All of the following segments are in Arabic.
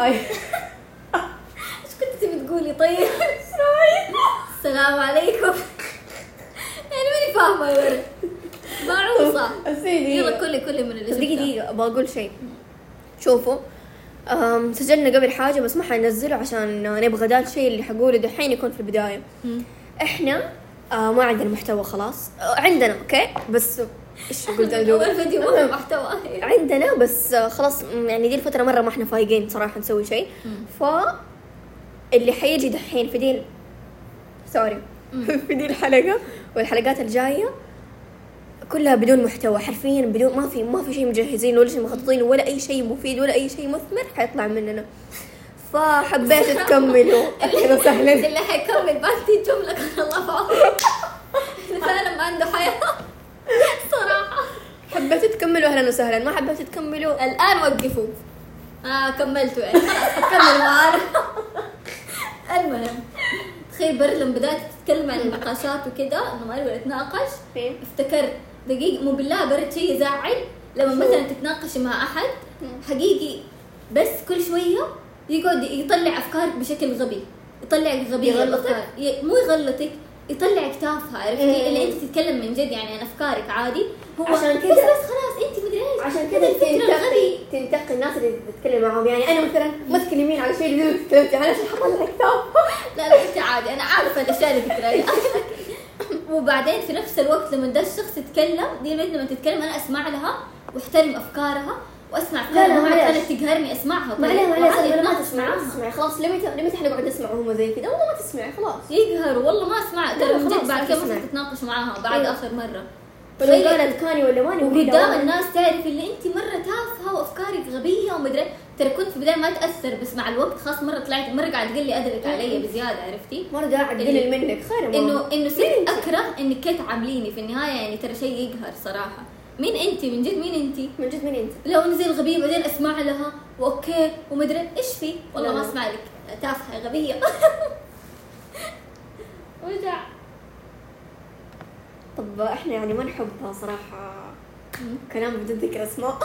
هاي ايش كنت تبي تقولي طيب؟ السلام عليكم. يعني ماني فاهمه يا ورد معروسه. يلا كل من اللي دقيقة ابغى اقول شيء. شوفوا سجلنا قبل حاجة بس ما حننزله عشان نبغى ده الشيء اللي حقوله دحين يكون في البداية. احنا ما عندنا محتوى خلاص. عندنا اوكي بس ايش قلت اول فيديو ما محتوى عندنا بس خلاص يعني دي الفترة مرة ما احنا فايقين صراحة نسوي شيء. اللي حيجي دحين في دي في دي الحلقة والحلقات الجاية كلها بدون محتوى حرفيا، بدون ما في شيء مجهزين ولا شيء مخططين ولا اي شيء مفيد ولا اي شيء مثمر حيطلع مننا. فحبيت تكملوا اهلا وسهلا. اللي حيكمل بعد جملة كان الله في عونه فعلا ما عنده حياة صراحة. حبيت تكملوا اهلا وسهلا، ما حبيت تكملوا الان وقفوا. كملتوا يعني خلاص حتكمل معانا. المهم تخيل برد لما بدأت تتكلم عن النقاشات وكده انه ما نبغى نتناقش افتكرت دقيقة مو بالله برد شيء يزعل لما مثلا تتناقش مع احد حقيقي بس كل شوية يقعد يطلع افكار بشكل غبي، يطلع غبي يغلطك مو يغلطك، يطلعك تافهه عرفتي اللي انت تتكلم من جد يعني عن افكارك عادي هو عشان كذا بس خلاص انت مدري ايش عشان كذا تنتقي الناس اللي تتكلم معهم. يعني انا مثلا ما تكلمين على شيء اللي تتكلمي عنه عشان حطلع كتاب. لا انت عادي انا عارفه الاشياء اللي تكرهيها. وبعدين في نفس الوقت لما ده الشخص يتكلم دي البنت لما تتكلم انا اسمع لها واحترم افكارها واسمع افكارها ما كانت تقهرني اسمعها. ما ما تسمعي خلاص لمتى احنا نقعد نسمع وهم زي كذا والله ما تسمعي خلاص يقهروا والله ما اسمع ترى من جد بعد كده ما تتناقش معاها بعد اخر مره ولو قالت كاني ولا ماني وقدام الناس تعرف اللي انت مره تافهه وافكارك غبيه ومدري ترى كنت في البدايه ما تاثر بس مع الوقت خلاص مره طلعت مره قاعد تقول لي ادرك علي بزياده عرفتي مره قاعد تقلل منك خير انه صرت اكره انك كيف تعامليني في النهايه يعني ترى شيء يقهر صراحه. مين انت من جد مين انت من جد مين انت لو نزل غبيه بعدين اسمع لها واوكي ومدري ايش في والله ما اسمع لك تافهه غبيه. وجع. طب احنا يعني ما نحبها صراحه كلام بدون ذكر اسماء.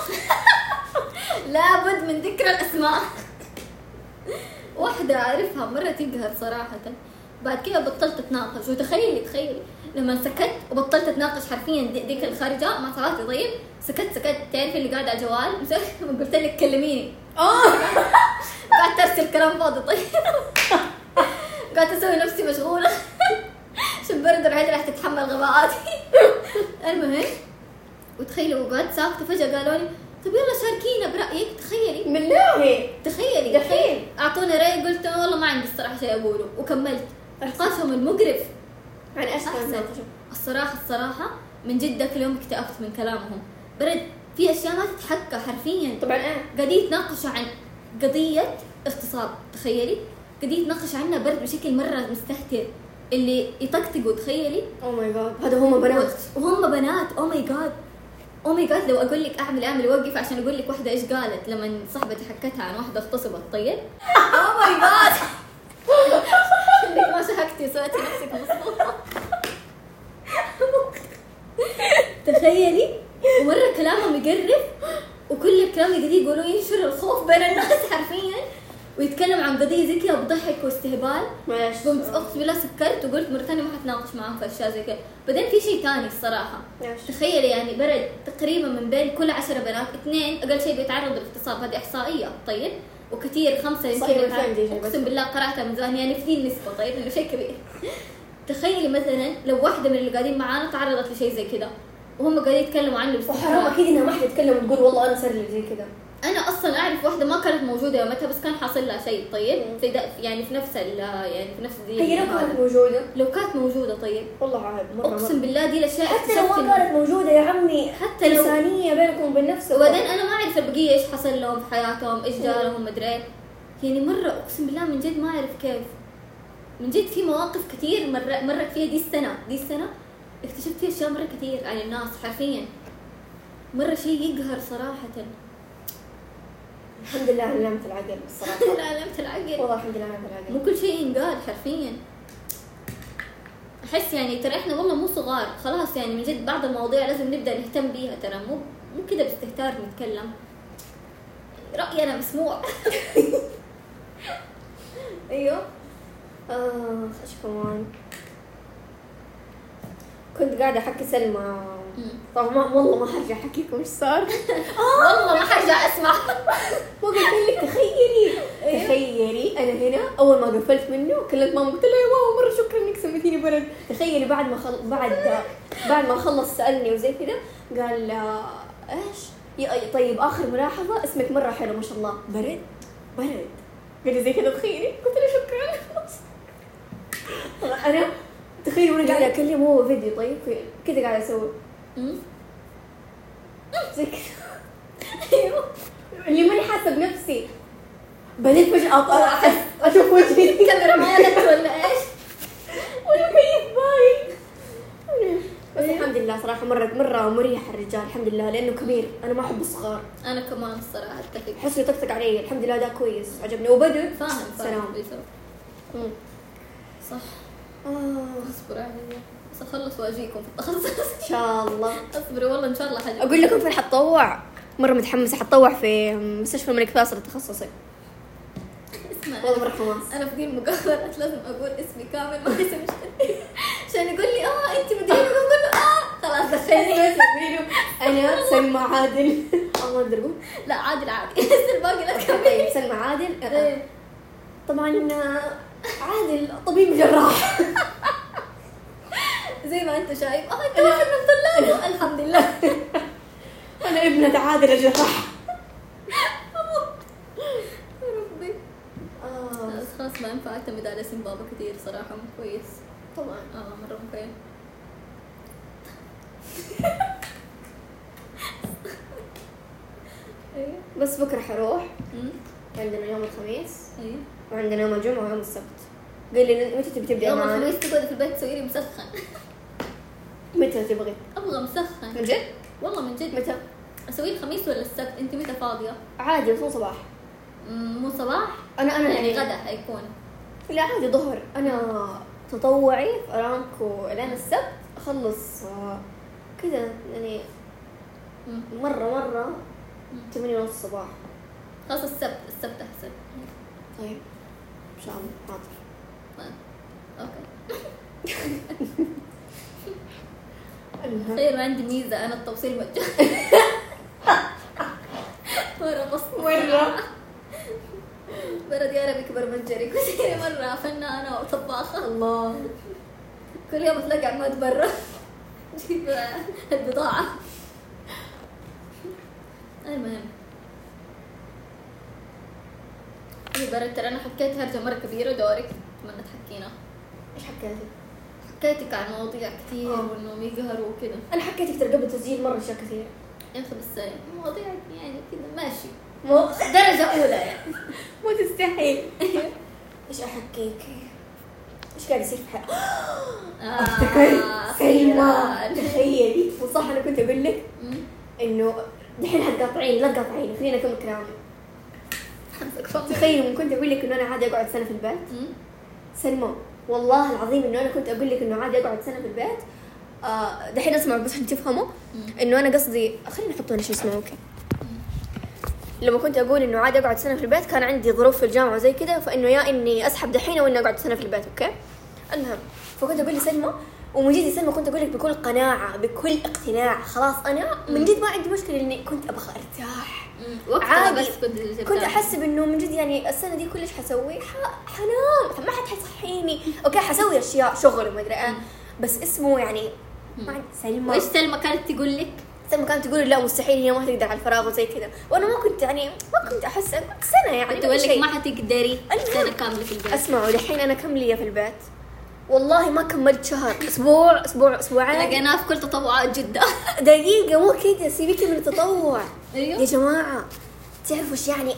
لابد من ذكر الاسماء. واحده اعرفها مره تقهر صراحه بعد كده بطلت اتناقش وتخيلي لما سكت وبطلت اتناقش حرفيا ديك الخارجه ما صارت طيب سكت تعرفي اللي قاعد على الجوال قلت لك كلميني قاعد ترسل كلام فاضي طيب قاعد اسوي نفسي مشغوله عشان برد العيد راح تتحمل غباءاتي. المهم وتخيلوا وقعدت ساكته فجاه قالوا لي طب يلا شاركينا برايك. تخيلي دحين اعطوني راي قلت والله ما عندي الصراحه شيء اقوله وكملت. نقاشهم المقرف عن ايش كان الصراحه من جد ذاك اليوم اكتئبت من كلامهم. برد في اشياء ما تتحكى حرفيا. طبعا قاعدين يتناقشوا عن قضيه اغتصاب تخيلي قاعدين يتناقشوا عنها برد بشكل مره مستهتر اللي يطقطقوا تخيلي. او ماي جاد هذا هم بنات وهم بنات. او ماي جاد لو اقول لك اعمل اوقف عشان اقول لك واحده ايش قالت لما صاحبتي حكتها عن واحده اغتصبت طيب. او ماي جاد انك ما شهقتي سويتي نفسك مصدومه. تخيلي ومره كلامهم يقرف وكل الكلام اللي قاعدين يقولوا ينشر الخوف بين الناس حرفيا ويتكلم عن قضيه زي كذا بضحك واستهبال. قمت اقسم بالله سكرت وقلت مره ثانيه ما حتناقش معاهم في اشياء زي كذا. بعدين في شيء ثاني الصراحه تخيلي يعني برد تقريبا من بين كل 10 بنات 2 اقل شيء بيتعرضوا للاغتصاب. هذه احصائيه طيب وكثير 5 يمكن اقسم بالله قراتها من زمان يعني في دي النسبه طيب انه شيء كبير. تخيلي مثلا لو واحده من اللي قاعدين معانا تعرضت لشيء زي كذا وهم قاعدين يتكلموا عنه بس وحرام اكيد انها ما حد يتكلم وتقول والله انا صار لي زي كذا. انا اصلا اعرف واحده ما كانت موجوده يومتها بس كان حاصل لها شيء طيب في يعني في نفس يعني في نفس دي. هي لو كانت موجوده طيب والله عاد اقسم بالله دي الاشياء حتى لو ما كانت موجوده يا عمي حتى لو انسانيه بينكم وبين نفسكم. وبعدين انا ما اعرف البقيه ايش حصل لهم في حياتهم ايش جالهم مدري يعني مره اقسم بالله من جد ما اعرف كيف. من جد في مواقف كثير مرت فيها دي السنه اكتشفت فيها اشياء مره كثير عن الناس حرفيا مره شيء يقهر صراحه. الحمد لله علمت العقل الصراحه. لا علمت العقل والله الحمد لله علمت العقل. مو كل شيء ينقال حرفيا. احس يعني ترى احنا والله مو صغار خلاص يعني من جد بعض المواضيع لازم نبدا نهتم بيها ترى مو كذا باستهتار نتكلم. رايي انا مسموع. ايوه. ايش كمان؟ كنت قاعدة احكي سلمى. طبعا والله ما حرجع احكيكم ايش صار. والله ما حرجع اسمع. ما قلت لك تخيلي انا هنا اول ما قفلت منه كلمت ماما قلت لها يا ماما مره شكرا انك سميتيني برد. تخيلي بعد ما خلص سالني وزي كذا قال ايش طيب اخر ملاحظه اسمك مره حلو ما شاء الله. برد قال لي زي كذا. تخيلي قلت له شكرا. انا تخيلي وانا قاعده اكلم هو فيديو طيب كذا قاعده اسوي زي كذا. ايوه اللي ماني حاسه بنفسي بعدين فجأة أحس أشوف وجهي كاميرا مالت ولا إيش ولا كيف باين. بس الحمد لله صراحة مرة مريح الرجال الحمد لله لأنه كبير. أنا ما أحب الصغار. أنا كمان الصراحة أتفق. حسه يطقطق علي الحمد لله ده كويس عجبني وبدر فاهم سلام. صح. اصبر علي بس أخلص وأجيكم في التخصص إن شاء الله. أصبر والله إن شاء الله حاجة. أقول لكم فين حتطوع مرة متحمسة حتطوع في مستشفى الملك فيصل التخصصي. والله مرة حماس. أنا في دي المقابلات لازم أقول اسمي كامل ما اسمي عشان يقول لي أنت مديرة أقول له خلاص دخلني. أنا سلمى عادل. ما أقدر أقول لا عادل الباقي لا كمل. طيب سلمى عادل. طبعا عادل طبيب جراح زي ما أنت شايف. أنت واحد من طلابه. الحمد لله. أنا ابنة عادل الجراح. خلاص ما ينفع اعتمد على اسم بابا كثير صراحه. مو كويس طبعا. مره مو كويس. بس بكره حروح. عندنا يوم الخميس وعندنا يوم الجمعه ويوم السبت. قال لي متى تبي تبدا معنا؟ يوم الخميس تقعد في البيت تسوي لي مسخن. متى تبغي؟ ابغى مسخن. من جد؟ والله من جد. متى اسوي الخميس ولا السبت؟ انت متى فاضيه؟ عادي بس مو صباح. مو صباح. انا يعني غدا حيكون. لا عادي ظهر. انا تطوعي في ارامكو الين السبت اخلص كذا يعني مره 8:30 الصباح. خلاص السبت احسن. طيب ان شاء الله حاضر. اوكي. خير ما عندي ميزه انا التوصيل مجاني. مرة برد يا ربي كبر منجري كثير مرة فنانة وطباخة. الله كل يوم اتلاقى عماد برا جيب البضاعة. المهم برد ترى أنا حكيت هرجة مرة كبيرة. دورك أتمنى تحكينا. ايش حكيتي؟ حكيتك عن مواضيع كثير وإنهم يقهروا وكذا. أنا حكيتك ترى قبل تسجيل مرة أشياء كثير يا أخي بس مواضيع يعني كذا ماشي درجة أولى يعني. مو تستحي. إيش أحكيك؟ إيش قاعد يصير في افتكرت سلمى. تخيلي وصح أنا كنت أقول لك إنه دحين هتقاطعين. لا تقاطعين خلينا نكمل كلامي. تخيلي كنت أقول لك إنه أنا عادي أقعد سنة في البيت. سلمى والله العظيم إنه أنا كنت أقول لك إنه عادي أقعد سنة في البيت. دحين أسمع بس عشان تفهموا إنه أنا قصدي خلينا نحط هنا شيء اسمه أوكي. لما كنت أقول إنه عادي أقعد سنة في البيت كان عندي ظروف في الجامعة زي كذا فإنه يا إني أسحب دحين أو إني أقعد سنة في البيت. أوكي المهم فكنت أقول لسلمى ومن جد سلمى كنت أقول لك بكل قناعة بكل اقتناع خلاص أنا من جد ما عندي مشكلة إني كنت أبغى أرتاح عادي. بس كنت أحسب إنه من جد يعني السنة دي كلش حسوي حنام ما حد حيصحيني. أوكي حسوي أشياء شغل وما أدري بس اسمه يعني ما سلمى. وإيش سلمى كانت تقول لك؟ سلمى كانت تقول لا مستحيل هي ما تقدر على الفراغ وزي كذا وأنا ما كنت يعني ما كنت أحس كنت سنة يعني تقول لك ما حتقدري سنة كاملة في البيت. اسمعوا الحين أنا كم لي في البيت والله ما كملت شهر أسبوعين لقيناه في كل تطوعات جدة. دقيقة مو كده سيبيكي من التطوع. أيوه يا جماعة تعرفوا إيش يعني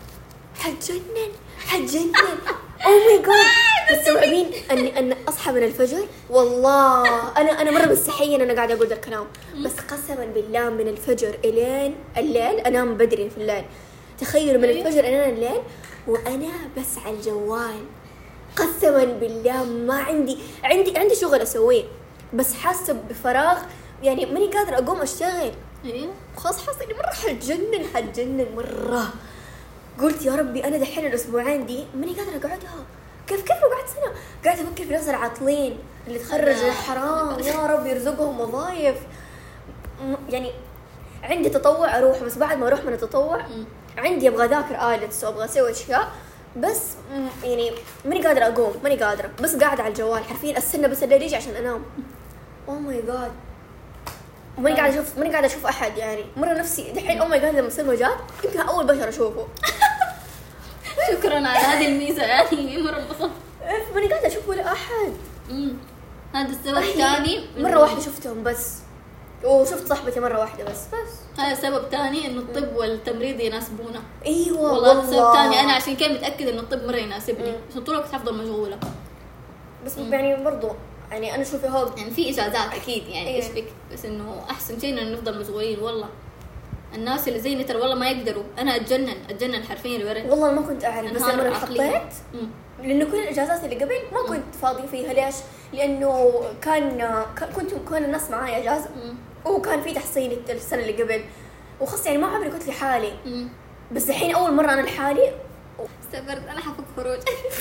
حتجنن أو ماي جاد. مستوعبين أن أصحى من الفجر والله أنا مرة مستحية أن أنا قاعدة أقول ذا الكلام بس قسما بالله من الفجر إلين الليل أنام بدري في الليل. تخيلوا من الفجر أنام الليل وأنا بس على الجوال. قسما بالله ما عندي شغل أسويه بس حاسة بفراغ يعني ماني قادرة أقوم أشتغل. خلاص حاسة إني مرة حتجنن مرة قلت يا ربي أنا دحين الأسبوعين دي ماني قادرة أقعدها. كيف لو قعدت سنة؟ قاعدة أفكر في ناس العاطلين اللي تخرج حرام، يا رب يرزقهم وظائف. يعني عندي تطوع أروح، بس بعد ما أروح من التطوع عندي أبغى أذاكر آيلتس وأبغى أسوي أشياء، بس يعني ماني قادرة أقوم، ماني قادرة، بس قاعدة على الجوال حرفيا السنة بس اللي يجي عشان أنام. أوه ماي جاد، ماني قاعدة أشوف أحد. يعني مرة نفسي دحين أوه ماي جاد لما سلمى جات يمكن أول بشر أشوفه. شكرا على هذه الميزة، يعني مرة انبسطت. ماني قاعدة أشوف ولا أحد. هذا السبب الثاني. مرة واحدة شفتهم بس، وشفت صاحبتي مرة واحدة بس. هذا سبب ثاني إنه الطب والتمريض يناسبونا. أيوة والله سبب ثاني. أنا عشان كده متأكد إنه الطب مرة يناسبني، عشان طول الوقت حفضل مشغولة. بس يعني برضو يعني أنا شوفي هو يعني في إجازات أكيد يعني إيش بك، بس إنه أحسن شيء إنه نفضل مشغولين. والله الناس اللي زي نتر والله ما يقدروا. أنا أتجنن حرفيا الورد. والله ما كنت أعرف، بس لما حطيت لأنه كل الإجازات اللي قبل ما كنت فاضي فيها. ليش؟ لأنه كان الناس معايا إجازة، وكان في تحصيل السنة اللي قبل، وخص يعني ما عمري كنت لحالي. بس الحين أول مرة أنا لحالي. استغربت أنا حفك خروج.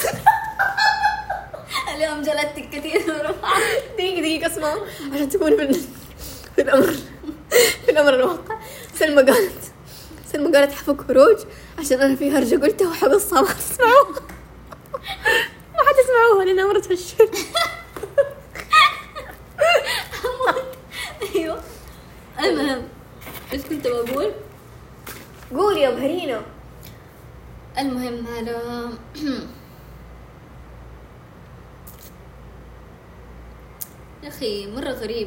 اليوم جلدتك كثير ورفع. دقيقة اسمع عشان تكون في الأمر الواقع. سلمى قالت حفك خروج عشان أنا في هرجة قلتها وحبصها، ما تسمعوها. ما حد يسمعوها لأنها مرت في الشر. أيوه المهم إيش كنت بقول؟ قولي يا بهرينا. المهم هذا يا أخي مرة غريب،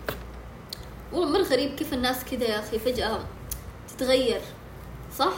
والله مرة غريب كيف الناس كده يا أخي فجأة تتغير، صح؟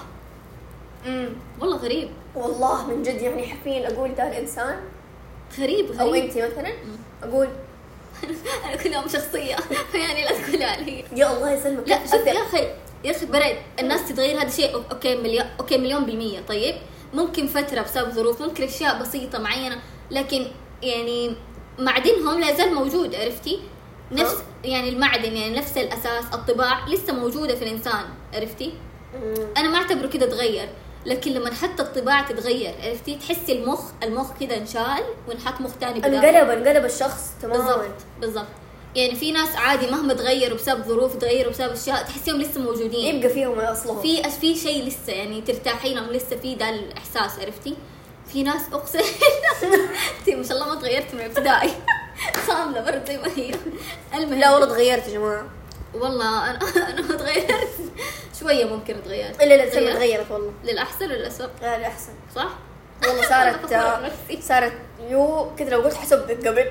والله غريب، والله من جد. يعني حرفيا أقول ده الإنسان غريب. أو أنتي مثلا أقول أنا كل يوم شخصية يعني لا تقولي علي. يا الله يسلمك. لا شوف يا أخي برد الناس تتغير، هذا شيء أوكي مليون بالمية. طيب ممكن فترة بسبب ظروف، ممكن أشياء بسيطة معينة، لكن يعني معدنهم لا زال موجود. عرفتي؟ نفس يعني المعدن، يعني نفس الأساس، الطباع لسه موجودة في الإنسان. عرفتي؟ أنا ما أعتبره كده تغير، لكن لما حتى الطباع تتغير، عرفتي؟ تحسي المخ كده انشال ونحط مخ تاني بداله، انقلب الشخص تماما. بالضبط. يعني في ناس عادي مهما تغيروا بسبب ظروف، تغيروا بسبب اشياء، تحسيهم لسه موجودين، يبقى فيهم اصلهم في شيء لسه يعني ترتاحينهم لسه في ده الاحساس. عرفتي؟ في ناس اقسم انتي ما شاء الله ما تغيرت من ابتدائي صامله برد زي ما هي. المهم لا والله تغيرت يا جماعه، والله انا ما تغيرت شويه، ممكن اتغيرت. لا تغيرت والله للاحسن ولا للاسوء؟ لا للاحسن صح. والله صارت يو كذا. لو قلت حسبك قبل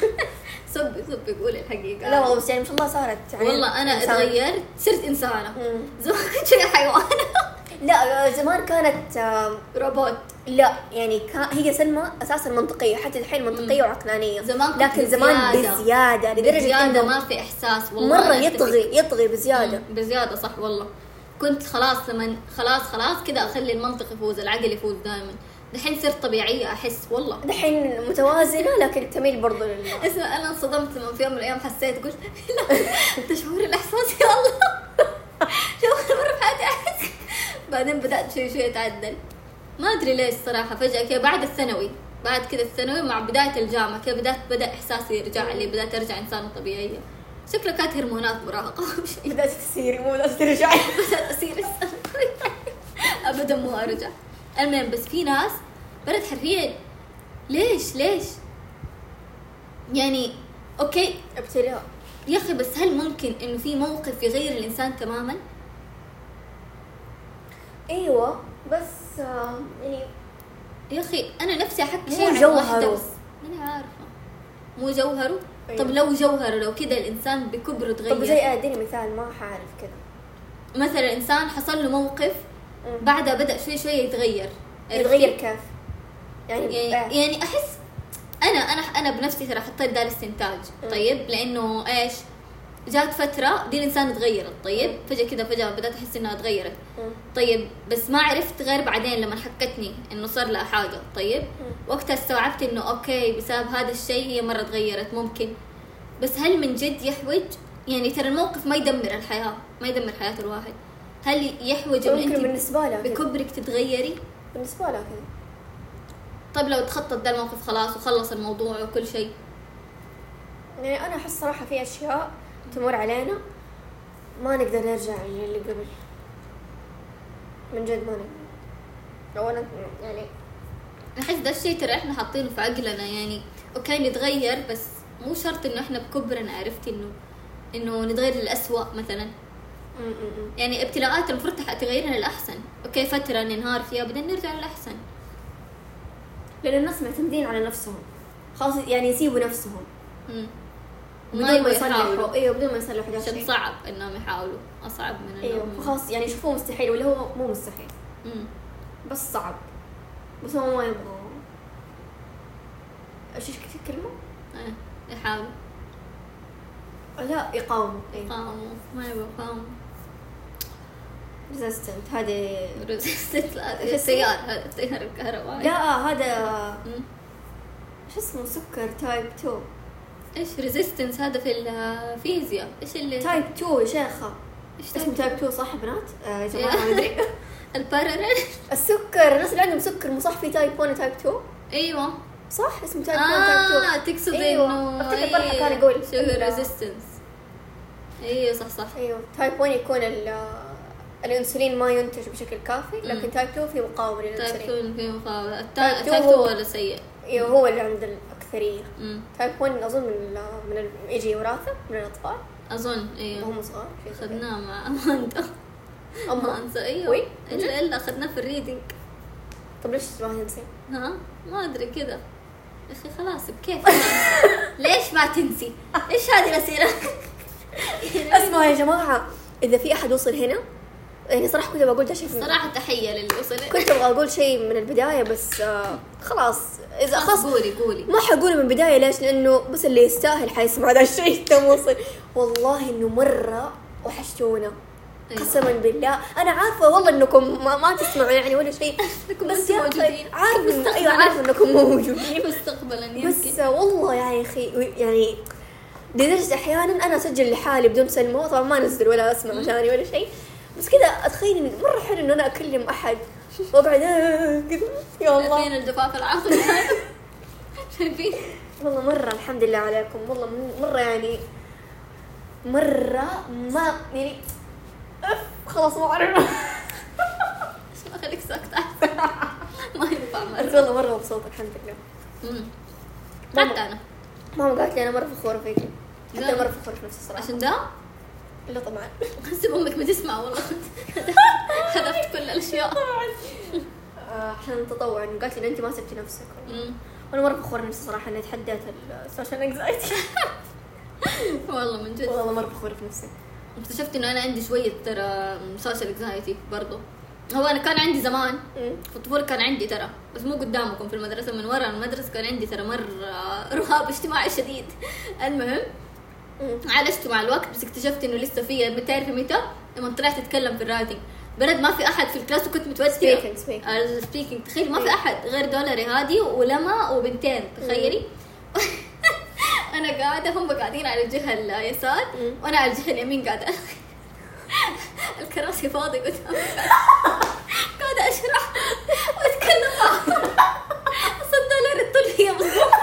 سبي قولي الحقيقه. لا والله بس يعني ما شاء الله صارت يعني والله انا اتغيرت، صرت انسانه. زمان كنت شويه حيوان. لا زمان كانت روبوت. لا يعني هي سلمى اساسا منطقيه، حتى الحين منطقيه وعقلانيه زمان، لكن زمان بزياده لدرجه انه ما في احساس. والله مره يطغي بزياده. صح والله. كنت خلاص لما خلاص كده اخلي المنطق يفوز، العقل يفوز دائما. دحين صرت طبيعيه احس والله. دحين متوازنه لكن تميل برضه اسمع انا انصدمت لما في يوم من الايام حسيت قلت لا تشعور الاحساس يا الله. شوف مره في حياتي احس. بعدين بدات شوي اتعدل، ما ادري ليش صراحه. فجاه كده بعد الثانوي، بعد كده الثانوي مع بدايه الجامعه كده بدا احساسي يرجع لي، بدات ارجع انسانه طبيعيه. شكلها كانت هرمونات مراهقه. بدات تسيري مو بدات ترجعي. بدات اسير ابدا مو ارجع. المهم بس في ناس بدت حرفيا ليش يعني اوكي ابتلاء يا اخي، بس هل ممكن انه في موقف يغير الانسان تماما؟ ايوه بس يعني يا اخي انا نفسي احكي مو شيء عن جوهره. واحده بس ماني عارفه مو جوهره. أيوة. طب لو جوهره، لو كده الانسان بكبره تغير. طب زي اديني مثال ما حعرف كده. مثلا انسان حصل له موقف بعدها بدا شوي يتغير كيف يعني احس انا بنفسي ترى حطيت ده الاستنتاج. طيب لانه ايش جات فتره دي الانسان تغيرت. طيب فجاه بدات احس انها تغيرت. طيب بس ما عرفت غير بعدين لما حكتني انه صار لها حاجه. طيب وقتها استوعبت انه اوكي بسبب هذا الشيء هي مره تغيرت ممكن. بس هل من جد يحوج؟ يعني ترى الموقف ما يدمر الحياه، ما يدمر حياه الواحد، هل يحوج ان ممكن انت بالنسبة لها كذا. بكبرك تتغيري؟ بالنسبة لها كذا. طيب لو تخطط ده الموقف خلاص وخلص الموضوع وكل شيء. يعني أنا أحس صراحة في أشياء تمر علينا ما نقدر نرجع اللي قبل، من جد ما نقدر. لو أنا يعني أحس ده الشيء ترى إحنا حاطينه في عقلنا، يعني أوكي نتغير بس مو شرط إنه إحنا بكبرنا عرفتي إنه نتغير للأسوأ مثلا. يعني ابتلاءات المفروض تغيرنا للأحسن. أوكي فترة ننهار فيها بعدين نرجع للأحسن، لأن الناس معتمدين على نفسهم خلاص، يعني يسيبوا نفسهم بدون ما يصلحوا. ايوه بدون ما يصلحوا. عشان صعب انهم يحاولوا، اصعب من ايوه خلاص يعني يشوفوه مستحيل ولا هو مو مستحيل. بس صعب، بس هو ما يبغى ايش كلمه يحاولوا لا يقاوموا. يقاوموا ما يبغى يقاوموا. ريزيستنت هذا ريزيستنت لا السيارة، هذا السيارة الكهربائي. لا هذا ايش اسمه سكر تايب 2. ايش ريزيستنس هذا في الفيزياء؟ ايش اللي تايب 2 يا شيخه؟ اسمه تايب 2 صح بنات؟ يا جماعه ما ادري. البارالل السكر، الناس اللي عندهم سكر مو صح في تايب 1 وتايب 2؟ ايوه صح اسمه تايب 1 تايب 2. تقصد أيوة. انه افتكر طلحه كان يقول شو ريزيستنس. ايوه صح ايوه تايب 1 يكون الانسولين ما ينتج بشكل كافي، لكن تايب 2 في مقاومه للانسولين. تايب 2 في مقاومه. تايب 2 هو اللي سيء. ايوه هو اللي عند الاكثريه. تايب 1 اظن من يجي وراثه من الاطفال اظن. ايوه وهم صغار اخذناه مع اماندا. اماندا ايوه الا اخذناه في الريدنج. طب ليش ما تنسي؟ ما ادري كذا يا اخي خلاص بكيف. ليش ما تنسي؟ ايش هذه الاسئله؟ اسمعوا يا جماعه، اذا في احد وصل هنا يعني صراحه كنت بقول ده شيء صراحه تحيه للي وصل. كنت ابغى اقول شيء من البدايه بس خلاص اذا خلاص قولي ما حقوله من البدايه. ليش؟ لانه بس اللي يستاهل حيسمع هذا الشيء. تم وصل والله انه مره وحشتونا. قسما بالله انا عارفه والله انكم ما تسمعوا يعني ولا شيء، بس موجودين. عارفه ايوه عارفه انكم موجودين مستقبلا يمكن. بس والله يا اخي يعني لدرجه احيانا انا اسجل لحالي بدون سلمى، طبعا ما انزل ولا اسمع مشاني ولا شيء، بس كذا اتخيل مره حلو انه انا اكلم احد واقعد كذا يا الله. فين الجفاف العاطفي؟ شايفين والله مره الحمد لله عليكم، والله مره يعني مره ما يعني خلاص ما اعرف ما خليك ساكتة. ما ينفع مرة. والله مرة مبسوطة الحمد لله. حتى أنا ماما قالت لي أنا مرة فخورة فيكي، حتى مرة فخورة في نفسي الصراحة. عشان ده؟ لا طبعا. حسب أمك ما تسمع والله. حذفت كل الأشياء. عشان التطوع، قالت لي أنت ما سبتي نفسك. وأنا مرة فخورة نفسي صراحة إني تحديت السوشيال انكزايتي. والله من جد. والله مرة فخورة في نفسي. اكتشفت إنه أنا عندي شوية ترى سوشيال انكزايتي برضو. هو أنا كان عندي زمان في الطفولة، كان عندي ترى بس مو قدامكم في المدرسة، من وراء المدرسة كان عندي ترى مرة رهاب اجتماعي شديد. المهم عالجته مع الوقت، بس اكتشفت إنه لسه فيه. بتعرفي متى؟ لما طلعت أتكلم في الراديو بلد ما في أحد في الكلاس وكنت متوترة. سبيكينج تخيل ما في أحد غير دولاري هادي ولما وبنتين تخيلي. أنا قاعدة هم قاعدين على الجهة اليسار وأنا على الجهة اليمين قاعدة. الكراسي فاضي قدام قاعدة أشرح وأتكلم معهم. $1 الطل هي بالضبط.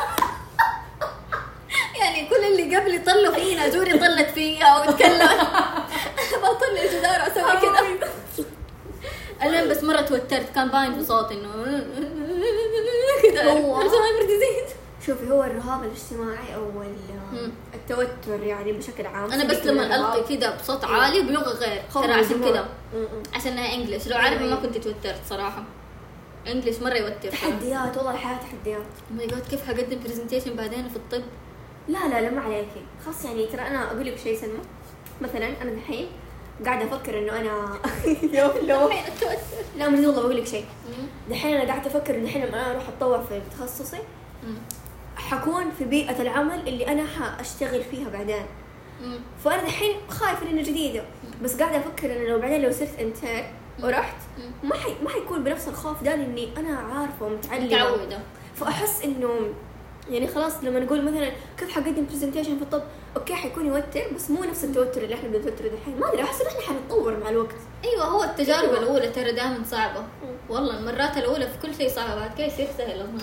يعني كل اللي قبلي طلوا فينا، جوري طلت فيها وتكلم. بطل الجدار وأسوي كذا. المهم بس مرة توترت، كان باين في صوتي إنه كذا. شوفي هو الرهاب الاجتماعي أو التوتر يعني بشكل عام. أنا بس لما ألقي كذا بصوت عالي بلغة غير ترى عشان كذا، عشانها إنجليش. لو عربي ما كنت توترت صراحة. إنجليش مرة يوتر. تحديات والله الحياة تحديات. ماي جاد كيف حقدم برزنتيشن بعدين في الطب؟ لا ما عليكي خلاص. يعني ترى أنا أقول لك شيء سلمى، مثلا أنا الحين قاعدة أفكر إنه أنا لا من والله بقول لك شيء. دحين أنا قاعدة أفكر إنه الحين لما أنا أروح أتطوع في تخصصي حكون في بيئة العمل اللي أنا حأشتغل فيها بعدين. فأنا دحين خايفة لأنه جديدة، بس قاعدة أفكر إنه لو بعدين لو صرت انترن ورحت ما حيكون بنفس الخوف ده، لأني أنا عارفة ومتعلمة. فأحس إنه يعني خلاص لما نقول مثلا كيف حقدم برزنتيشن في الطب اوكي حيكون يوتر بس مو نفس التوتر اللي احنا بنتوتر دحين. ما ادري احس ان احنا حنتطور مع الوقت. ايوه هو التجارب الاولى ترى دائما صعبه والله، المرات الاولى في كل شيء صعب، بعد كده يصير سهل اظن.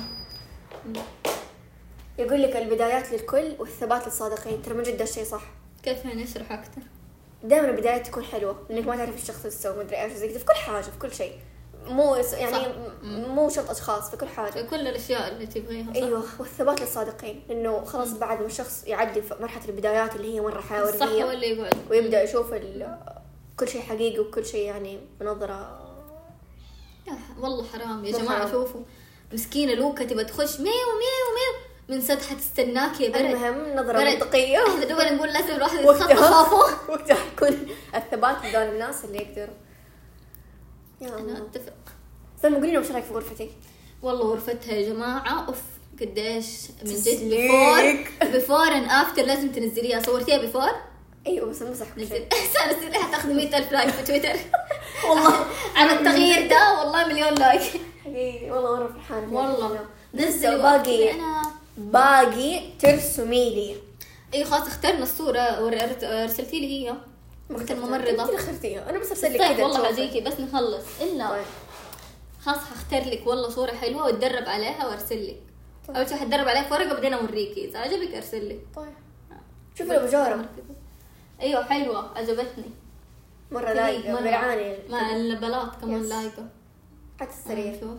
يقول لك البدايات للكل والثبات للصادقين. ترى من جد الشيء صح. كيف نشرح اكثر؟ دائما البدايات تكون حلوه لانك ما تعرف الشخص ايش يسوي، ما ادري ايش زي كذا في كل حاجه في كل شيء، مو يعني مو شرط اشخاص، في كل حاجه في كل الاشياء اللي تبغيها. ايوه. والثبات للصادقين لانه خلاص بعد ما الشخص يعدي في مرحله البدايات اللي هي مره حيويه صح ولا يقعد ويبدا يشوف كل شيء حقيقي وكل شيء يعني بنظره. والله حرام يا جماعه. شوفوا مسكينه لوكا تبى تخش ميو من سطحة تستناك يا برد. المهم نظرة منطقية. احنا دوبنا نقول لازم الواحد يتخطى خوفه. وقتها حيكون الثبات بدون الناس اللي يقدروا. انا اتفق. طيب قولي لنا وش رايك في غرفتي؟ والله غرفتها يا جماعة اوف قديش من جد. بيفور اند افتر لازم تنزليها. صورتيها بيفور؟ ايوه بس امسح كل شيء. نزليها تاخذ 100,000 لايك في تويتر. والله على التغيير ده والله مليون لايك. حقيقي والله مرة فرحانة. والله نزل باقي ترسمي لي. اي خلاص اخترنا الصورة ارسلتي لي هي وقت الممرضة. انت اخترتيها انا بس ارسل لك كذا والله هذيكي بس نخلص الا طيب. خلاص هختار لك والله صورة حلوة واتدرب عليها وارسل لك. طيب. اول شيء حتدرب عليها في ورقة بعدين اوريكي اذا عجبك ارسل لك. طيب شوفي لو بجارة. ايوه حلوة عجبتني مرة لايقة برعاني مع البلاط كمان لايقة حتى السرير. شوف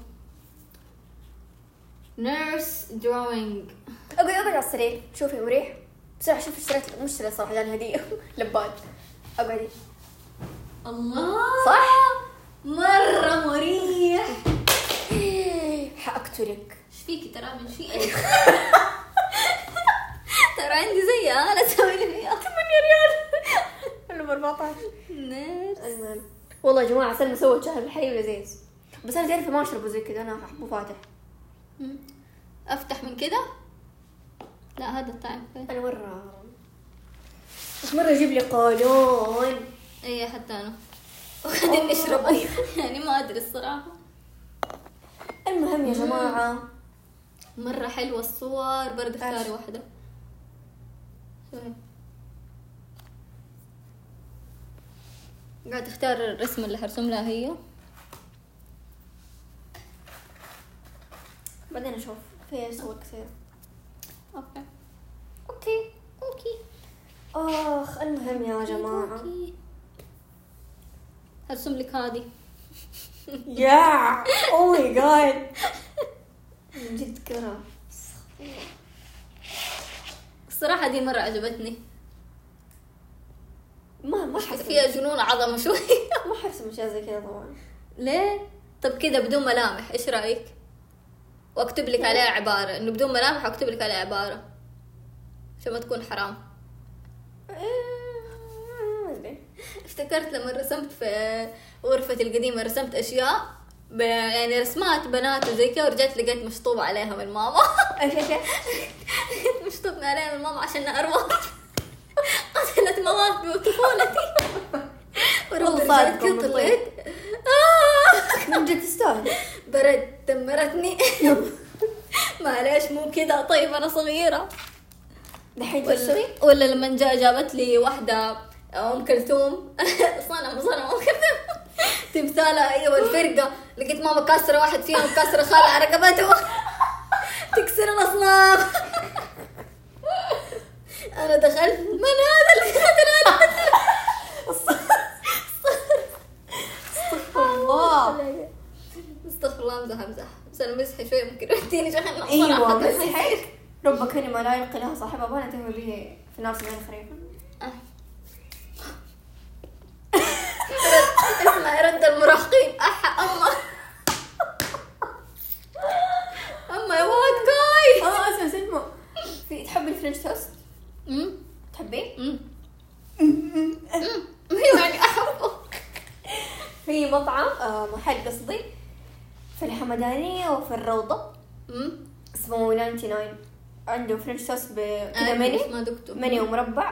نيرس دروينج. اقعد على السرير شوفي مريح بسرعة. شوفي اشتريت مشتري صراحة لان هدية لباد. اقعدي. الله صح مرة مريح. حأقتلك. ايش فيكي ترى من شيء؟ ترى عندي زيها انا اسوي لي فيها 8 ريال ولا 14. نيرس. المهم والله يا جماعة سلمى سوت شهر الحليب لذيذ بس انا تعرفي ما اشربه زي كذا. انا احبه فاتح. افتح من كده. لا هذا الطعم انا مرة اجيب لي قولون. اي حتى انا وخليني نشربه يعني ما ادري الصراحة. المهم يا جماعة مرة حلوة الصور. برد اختاري واحدة. قاعد اختار الرسمة اللي حرسم لها هي. بعدين اشوف في صور كثير. اوكي اخ المهم يا جماعة هرسم لك هذه. يا او ماي جاد من جد كره. الصراحة دي مرة عجبتني. ما حرسم فيها جنون عظمة شوي. ما حرسم اشياء زي كذا طبعا. ليه؟ طب كده بدون ملامح ايش رأيك؟ واكتب لك عليها عبارة انه بدون ملامح واكتب لك عليها عبارة عشان ما تكون حرام. افتكرت لما رسمت في غرفتي القديمة رسمت اشياء يعني رسمات بنات وزي كذا ورجعت لقيت مشطوبة عليها من ماما. ايش مشطوبة عليها من ماما عشان أروح قتلت مواقفي وطفولتي. والله صادقة طلعت من جد تستاهل. برد دمرتني. معليش مو كذا. طيب أنا صغيرة دحين تسوي ولا لما جابت لي واحدة أم كلثوم صنم أم كلثوم تمثالها هي والفرقة. لقيت ماما كسرة واحد فيهم كسرة خالة على رقبته تكسر الأصنام. أنا دخلت من هذا اللي قتل استغفر الله امزح بس انا مزحي شوي ممكن اديني شغل. ايوه مزحك رب كلمه لا يلقي لها صاحبها وانا تهوي به في نار سبعين خريفا. اسمع رد المراهقين. اما يا واد كاي. اسمع سلمى في تحبي الفرنش توست؟ تحبيه؟ يعني احبه. في مطعم محل قصدي في الحمدانية وفي الروضة اسمه 99 عنده فرنش توست بكذا مني ومربع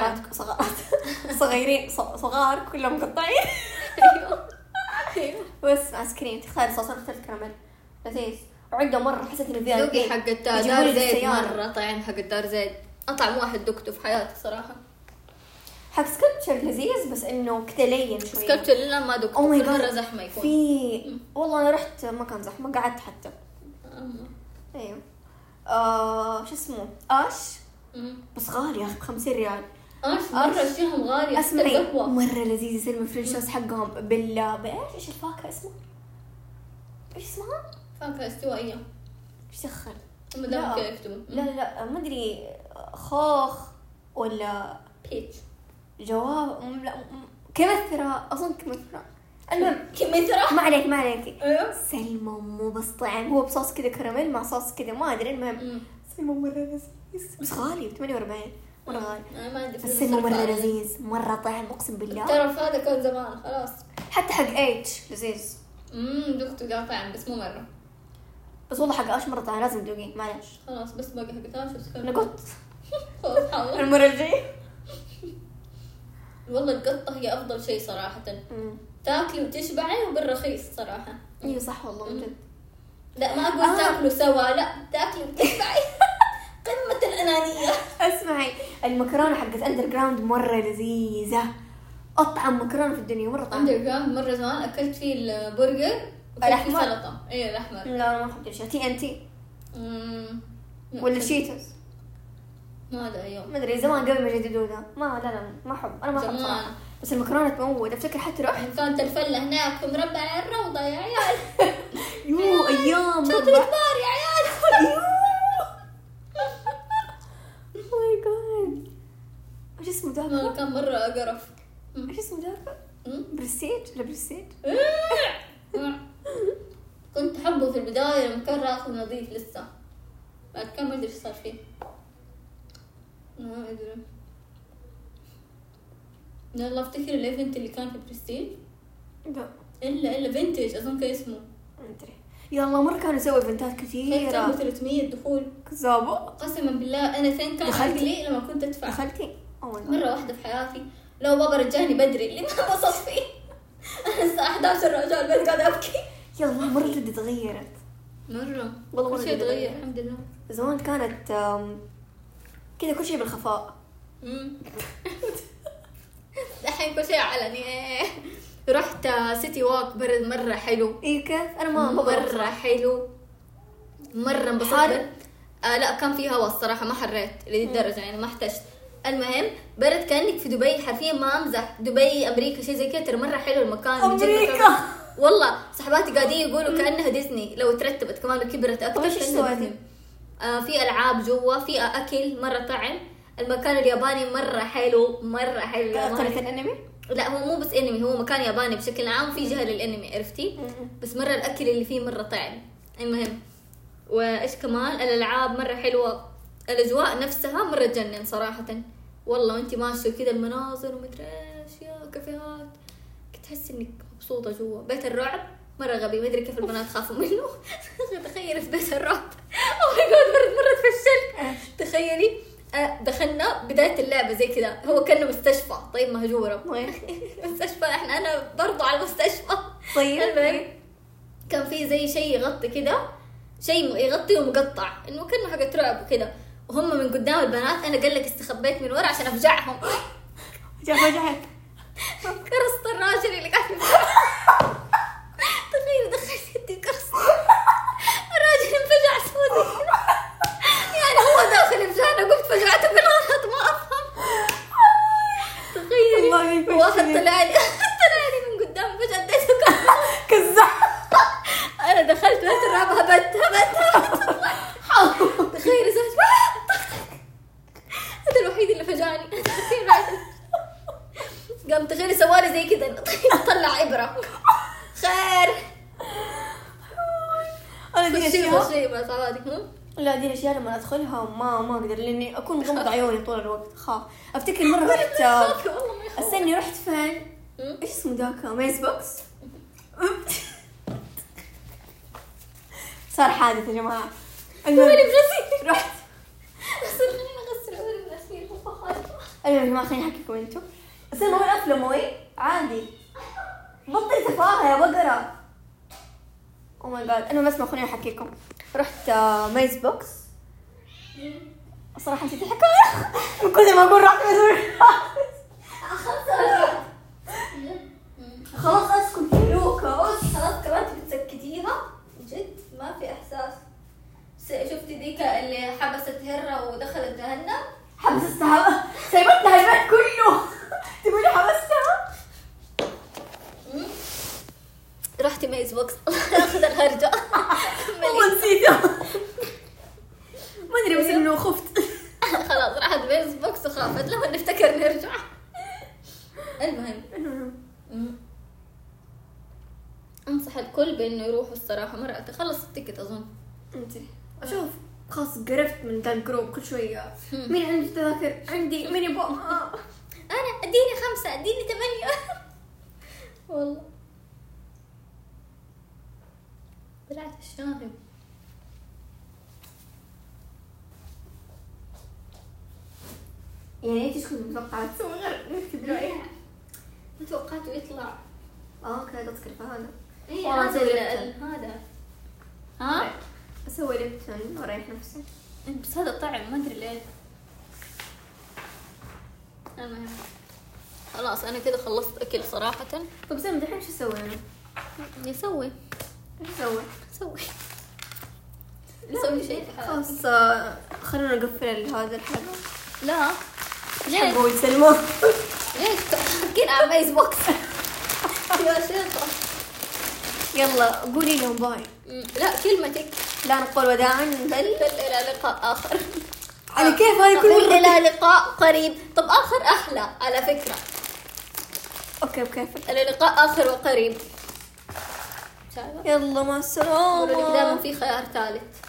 صغيرين صغار كلهم مقطعين. ايوه بس ايس كريم تختار صوص مختلف كراميل لذيذ. وعنده مرة حسيت انه فيها ذوقي حق الدار زيت مرة طعم حق الدار زيت اطعم واحد دقته في حياتي صراحه. حق سكلبتشر لذيذ بس انه كده لين شويه. سكلبتشر لا ما دقته. أوه ماي جاد. مره زحمه يكون في والله انا رحت ما كان زحمه، قعدت حتى. ايوه شو اسمه اش بس غالي يا اخي ب50 ريال. مرة اشياءهم غالية. اسمعي مرة لذيذ يصير فرنش توست حقهم بايش ايش الفاكهة اسمه؟ ايش اسمها؟ فاكهة استوائية. ايش دخل؟ مدام كيف يكتبوا. لا ما ادري خوخ ولا بيتش جواب لا كمثرى اظن كمثرى. المهم كمثرى ما عليك ايوه سلمى مو بس طعم هو بصوص كذا كراميل مع صوص كذا ما ادري. المهم سلمى مرة لذيذ بس غالي 48 مرة غالي. انا ما عندي بس سلمى مرة لذيذ مرة طعم اقسم بالله. تعرف هذا كان زمان خلاص. حتى حق اتش لذيذ. دقته قال طعم بس مو مرة. بس والله حق اش مرة طعم لازم تدوقيه معلش. خلاص بس باقي حق اش بس انا قلت خلاص حاول المرة الجاية. والله القطة هي افضل شيء صراحة. تاكلي وتشبعي وبالرخيص صراحة. ايوه صح والله من جد. لا ما اقول تاكلوا سوا لا تاكلي وتشبعي. قمة الأنانية. اسمعي المكرونة حقت اندر جراوند مرة لذيذة، اطعم مكرونة في الدنيا مرة طعم. اندر جراوند مرة زمان اكلت فيه البرجر الأحمر. سلطة. ايه الاحمر. لا انا ما احب الاشياء تي ان تي ولا شيتوس ما هذا ايوه ما ادري زمان قبل ما يجددوا ذا لا ما احب انا ما احب زمان. صراحة. بس المكرونة تموت افتكر حتى رحت كانت الفلة هناك في مربع الروضة يا عيال. يو ايام شوت مربع. الكبار يا عيال. ماي جاد ايش اسمه ذاك؟ كان مرة اقرف. ايش اسمه ذاك؟ برستيج ولا برستيج؟ كنت احبه في البداية لما كان راقي نظيف لسه. بعد كم ما ادري ايش صار فيه. ما ادري. يلا افتكر الايفنت اللي كان في برستيج. لا الا فينتج اظن كان اسمه. ما ادري يا الله مرة كانوا يسوي ايفنتات كثيرة. كانوا 300 دخول. كذابة. قسما بالله انا فين كان عقلي لما كنت ادفع. دخلتي؟ مرة واحدة في حياتي لو بابا رجعني بدري اللي ما بصص فيه. انا الساعة 11 رجع البيت قاعدة ابكي. يا الله مرة جد تغيرت. مرة والله كل شيء تغير الحمد لله. زمان كانت كذا كل شيء بالخفاء. الحين كل شيء علني. رحت سيتي ووك برد مرة حلو. ايه كيف؟ انا ما مرة حلو مرة انبسطت. لا كان في هوا الصراحة ما حريت لذي الدرجة يعني ما احتجت. المهم برد كأنك في دبي حرفيا ما امزح. دبي امريكا شيء زي كده ترى مرة حلو المكان. امريكا والله صحباتي قاعدين يقولوا كأنها ديزني لو ترتبت كمان وكبرت اكثر. ايش سويتي؟ في العاب جوا في اكل مرة طعم. المكان الياباني مرة حلو مرة حلو. قريت الانمي؟ لا هو مو بس انمي هو مكان ياباني بشكل عام في جهة للانمي عرفتي. بس مرة الاكل اللي فيه مرة طعم. المهم وايش كمان الالعاب مرة حلوة. الاجواء نفسها مرة تجنن صراحة والله. وانت ماشية كذا المناظر ومدري ايش يا كافيهات تحس انك مبسوطة جوا. بيت الرعب مرة غبي ما ادري كيف البنات خافوا منه. تخيلي في بيت الرعب. اوه ماي جاد مرة تفشلت. تخيلي دخلنا بداية اللعبة زي كذا هو كأنه مستشفى طيب مهجورة. مستشفى انا برضو على المستشفى. طيب المهم كان في زي شيء يغطي كذا شيء يغطي ومقطع انه كأنه حاجة رعب وكذا وهم من قدام البنات. انا قال لك استخبيت من ورا عشان افجعهم. فجعت كرست الراجل اللي قاعد تخيل دخلت يدي كرست الراجل انفجع سودي يعني هو داخل يفجعنا قلت فجعته بالغلط ما افهم. تخيل واحد طلع لي من قدام فجأة اديته كذاب. انا دخلت بيت الرعب هبت تخيل زوج هذا الوحيد اللي فجعني. قام تخيلي سوالي زي كذا طلع إبرة خير. انا دي الاشياء شيء ما صوادك لا دي الاشياء لما ادخلها ما اقدر لاني اكون مغمض عيوني طول الوقت خاف. افتكر مره رحت استني رحت فين ايش اسمه ذاك ميز بوكس. صار حادث يا جماعه. رحت ايوه يا جماعه خليني احكيكم انتم. بس انا ما افلم موي عادي بطل تفاهه يا بقره. او ماي جاد انا بس ما خليني احكيكم. رحت ميز بوكس الصراحة نسيت الحكاية من كثر ما أقول راح خلاص أسكن في لوكا خلاص كمان بتسكتيها جد ما في إحساس. شفتي ديك اللي حبست هرة ودخلت جهنم؟ حبستها سيبتها البيت كله تقولي حبستها. رحتي ميز بوكس أخذ الهرجة والله نسيتها ما أدري بس إنه خفت. خلاص راحت ميز بوكس وخافت لما نفتكر نرجع. المهم أنصح الكل بإنه يروحوا الصراحة مرة تخلص التيكت أظن. أشوف خلاص قرفت من ذا الجروب كل شوية مين عنده تذاكر عندي مين يبغى أنا اديني 5 اديني 8 والله طلعت الشاغب. يعني ايش كنت متوقعة تسوي غير انك تدري؟ ما توقعته يطلع. اوكي قصدك هذا. والله اسوي هذا اسوي ليبتون واريح نفسي. بس هذا طعم ما ادري ليه. المهم خلاص انا كذا خلصت اكل صراحة. طب زين دحين شو اسوي انا؟ يسوي ايش اسوي؟ نسوي شيء في حياتي. خلاص خلونا نقفل هذا الحلقة. لا ليش؟ حبوا يسلموا ليش تحكين عن ميز بوكس يا شيخة؟ يلا قولي لهم باي. لا كلمتك لا نقول وداعا بل إلى لقاء آخر. على كيف هاي كل مرة إلى لقاء قريب. طب آخر أحلى على فكرة. اوكي بكيفك. إلى لقاء آخر وقريب. يلا مع السلامة. دائما في خيار ثالث.